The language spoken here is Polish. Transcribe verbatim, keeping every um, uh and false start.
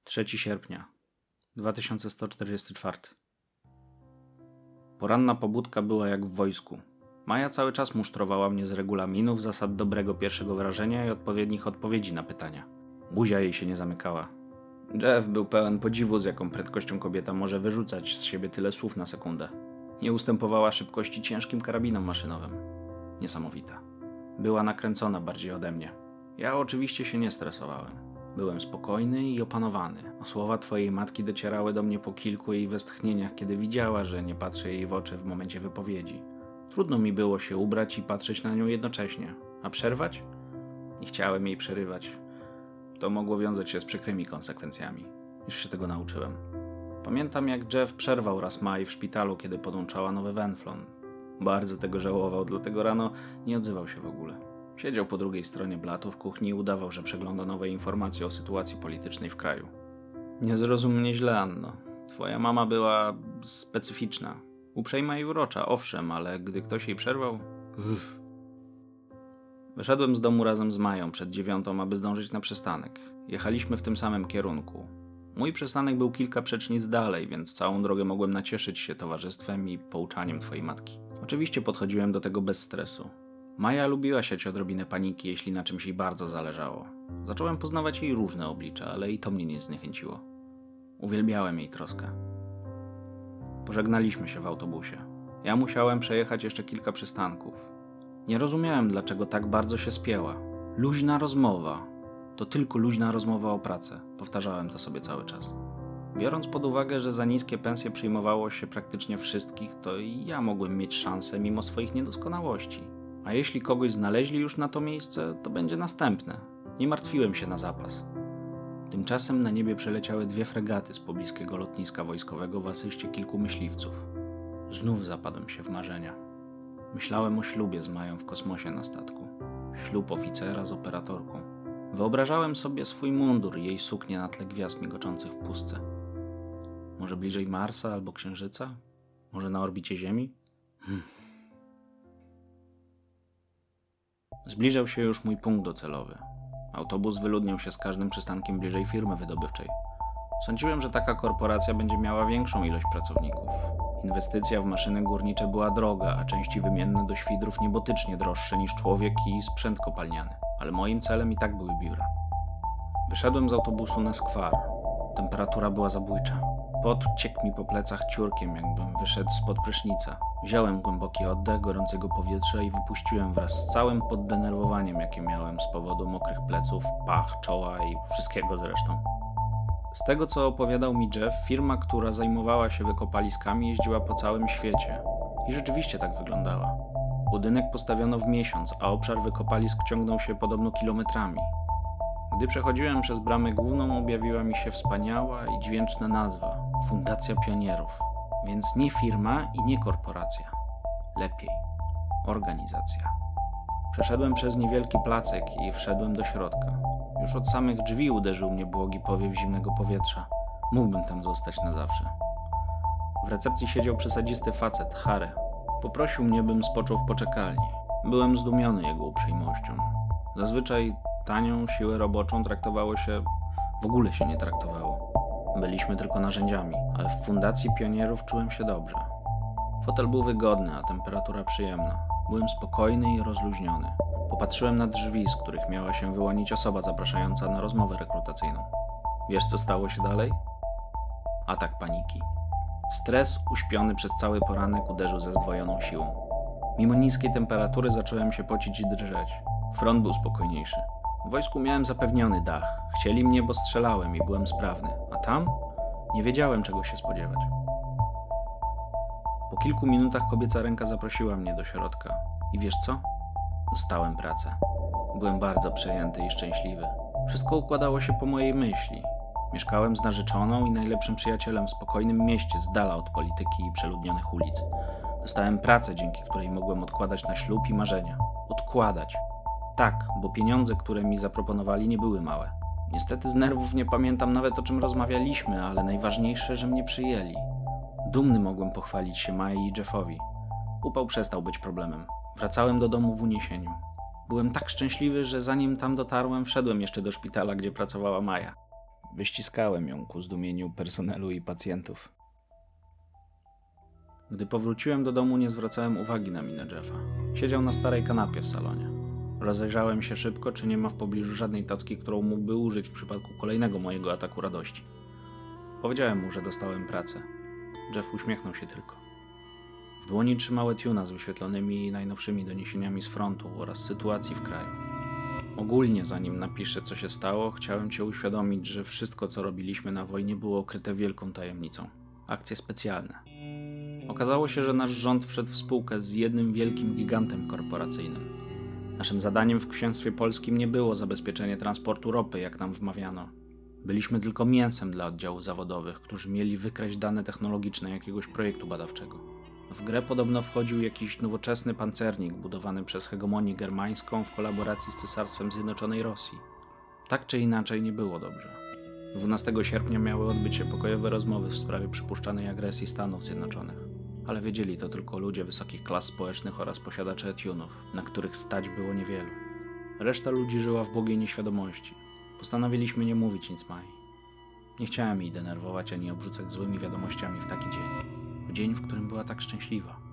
trzeciego sierpnia dwa tysiące sto czterdziesty czwarty. Poranna pobudka była jak w wojsku. Maja cały czas musztrowała mnie z regulaminów, zasad dobrego pierwszego wrażenia i odpowiednich odpowiedzi na pytania. Buzia jej się nie zamykała. Jeff był pełen podziwu, z jaką prędkością kobieta może wyrzucać z siebie tyle słów na sekundę. Nie ustępowała szybkości ciężkim karabinom maszynowym. Niesamowita. Była nakręcona bardziej ode mnie. Ja oczywiście się nie stresowałem. Byłem spokojny i opanowany, a słowa twojej matki docierały do mnie po kilku jej westchnieniach, kiedy widziała, że nie patrzę jej w oczy w momencie wypowiedzi. Trudno mi było się ubrać i patrzeć na nią jednocześnie. A przerwać? Nie chciałem jej przerywać. To mogło wiązać się z przykrymi konsekwencjami. Już się tego nauczyłem. Pamiętam, jak Jeff przerwał raz Mai w szpitalu, kiedy podłączała nowy Venflon. Bardzo tego żałował, dlatego rano nie odzywał się w ogóle. Siedział po drugiej stronie blatu w kuchni i udawał, że przegląda nowe informacje o sytuacji politycznej w kraju. Nie zrozum mnie źle, Anno. Twoja mama była specyficzna. Uprzejma i urocza, owszem, ale gdy ktoś jej przerwał... Uff. Wyszedłem z domu razem z Mają przed dziewiątą, aby zdążyć na przystanek. Jechaliśmy w tym samym kierunku. Mój przystanek był kilka przecznic dalej, więc całą drogę mogłem nacieszyć się towarzystwem i pouczaniem twojej matki. Oczywiście podchodziłem do tego bez stresu. Maja lubiła siać odrobinę paniki, jeśli na czymś jej bardzo zależało. Zacząłem poznawać jej różne oblicza, ale i to mnie nie zniechęciło. Uwielbiałem jej troskę. Pożegnaliśmy się w autobusie. Ja musiałem przejechać jeszcze kilka przystanków. Nie rozumiałem, dlaczego tak bardzo się spięła. Luźna rozmowa. To tylko luźna rozmowa o pracy. Powtarzałem to sobie cały czas. Biorąc pod uwagę, że za niskie pensje przyjmowało się praktycznie wszystkich, to i ja mogłem mieć szansę mimo swoich niedoskonałości. A jeśli kogoś znaleźli już na to miejsce, to będzie następne. Nie martwiłem się na zapas. Tymczasem na niebie przeleciały dwie fregaty z pobliskiego lotniska wojskowego w asyście kilku myśliwców. Znów zapadłem się w marzenia. Myślałem o ślubie z Mają w kosmosie na statku. Ślub oficera z operatorką. Wyobrażałem sobie swój mundur i jej suknię na tle gwiazd migoczących w pustce. Może bliżej Marsa albo Księżyca? Może na orbicie Ziemi? Hmm. Zbliżał się już mój punkt docelowy. Autobus wyludniał się z każdym przystankiem bliżej firmy wydobywczej. Sądziłem, że taka korporacja będzie miała większą ilość pracowników. Inwestycja w maszyny górnicze była droga, a części wymienne do świdrów niebotycznie droższe niż człowiek i sprzęt kopalniany. Ale moim celem i tak były biura. Wyszedłem z autobusu na skwar. Temperatura była zabójcza. Pot ciekł mi po plecach ciurkiem, jakbym wyszedł spod prysznica. Wziąłem głęboki oddech gorącego powietrza i wypuściłem wraz z całym poddenerwowaniem, jakie miałem z powodu mokrych pleców, pach, czoła i wszystkiego zresztą. Z tego, co opowiadał mi Jeff, firma, która zajmowała się wykopaliskami, jeździła po całym świecie. I rzeczywiście tak wyglądała. Budynek postawiono w miesiąc, a obszar wykopalisk ciągnął się podobno kilometrami. Gdy przechodziłem przez bramę główną, objawiła mi się wspaniała i dźwięczna nazwa – Fundacja Pionierów. Więc nie firma i nie korporacja. Lepiej – organizacja. Przeszedłem przez niewielki placek i wszedłem do środka. Już od samych drzwi uderzył mnie błogi powiew zimnego powietrza. Mógłbym tam zostać na zawsze. W recepcji siedział przesadzisty facet, Harry. Poprosił mnie, bym spoczął w poczekalni. Byłem zdumiony jego uprzejmością. Zazwyczaj tanią siłę roboczą traktowało się... w ogóle się nie traktowało. Byliśmy tylko narzędziami, ale w Fundacji Pionierów czułem się dobrze. Fotel był wygodny, a temperatura przyjemna. Byłem spokojny i rozluźniony. Popatrzyłem na drzwi, z których miała się wyłonić osoba zapraszająca na rozmowę rekrutacyjną. Wiesz, co stało się dalej? Atak paniki. Stres, uśpiony przez cały poranek, uderzył ze zdwojoną siłą. Mimo niskiej temperatury zacząłem się pocić i drżeć. Front był spokojniejszy. W wojsku miałem zapewniony dach. Chcieli mnie, bo strzelałem i byłem sprawny. A tam? Nie wiedziałem, czego się spodziewać. Po kilku minutach kobieca ręka zaprosiła mnie do środka. I wiesz co? Dostałem pracę. Byłem bardzo przejęty i szczęśliwy. Wszystko układało się po mojej myśli. Mieszkałem z narzeczoną i najlepszym przyjacielem w spokojnym mieście, z dala od polityki i przeludnionych ulic. Dostałem pracę, dzięki której mogłem odkładać na ślub i marzenia. Odkładać. Tak, bo pieniądze, które mi zaproponowali, nie były małe. Niestety z nerwów nie pamiętam nawet, o czym rozmawialiśmy, ale najważniejsze, że mnie przyjęli. Dumny mogłem pochwalić się Mai i Jeffowi. Upał przestał być problemem. Wracałem do domu w uniesieniu. Byłem tak szczęśliwy, że zanim tam dotarłem, wszedłem jeszcze do szpitala, gdzie pracowała Maja. Wyściskałem ją ku zdumieniu personelu i pacjentów. Gdy powróciłem do domu, nie zwracałem uwagi na minę Jeffa. Siedział na starej kanapie w salonie. Rozejrzałem się szybko, czy nie ma w pobliżu żadnej tacki, którą mógłby użyć w przypadku kolejnego mojego ataku radości. Powiedziałem mu, że dostałem pracę. Jeff uśmiechnął się tylko. W dłoni trzymał Etuna z wyświetlonymi najnowszymi doniesieniami z frontu oraz sytuacji w kraju. Ogólnie, zanim napiszę, co się stało, chciałem Cię uświadomić, że wszystko, co robiliśmy na wojnie, było okryte wielką tajemnicą. Akcje specjalne. Okazało się, że nasz rząd wszedł w spółkę z jednym wielkim gigantem korporacyjnym. Naszym zadaniem w Księstwie Polskim nie było zabezpieczenie transportu ropy, jak nam wmawiano. Byliśmy tylko mięsem dla oddziałów zawodowych, którzy mieli wykraść dane technologiczne jakiegoś projektu badawczego. W grę podobno wchodził jakiś nowoczesny pancernik budowany przez hegemonię germańską w kolaboracji z Cesarstwem Zjednoczonej Rosji. Tak czy inaczej nie było dobrze. dwunastego sierpnia miały odbyć się pokojowe rozmowy w sprawie przypuszczanej agresji Stanów Zjednoczonych. Ale wiedzieli to tylko ludzie wysokich klas społecznych oraz posiadacze Etunów, na których stać było niewielu. Reszta ludzi żyła w błogiej nieświadomości. Postanowiliśmy nie mówić nic Mai. Nie chciałem jej denerwować ani obrzucać złymi wiadomościami w taki dzień. W dzień, w którym była tak szczęśliwa.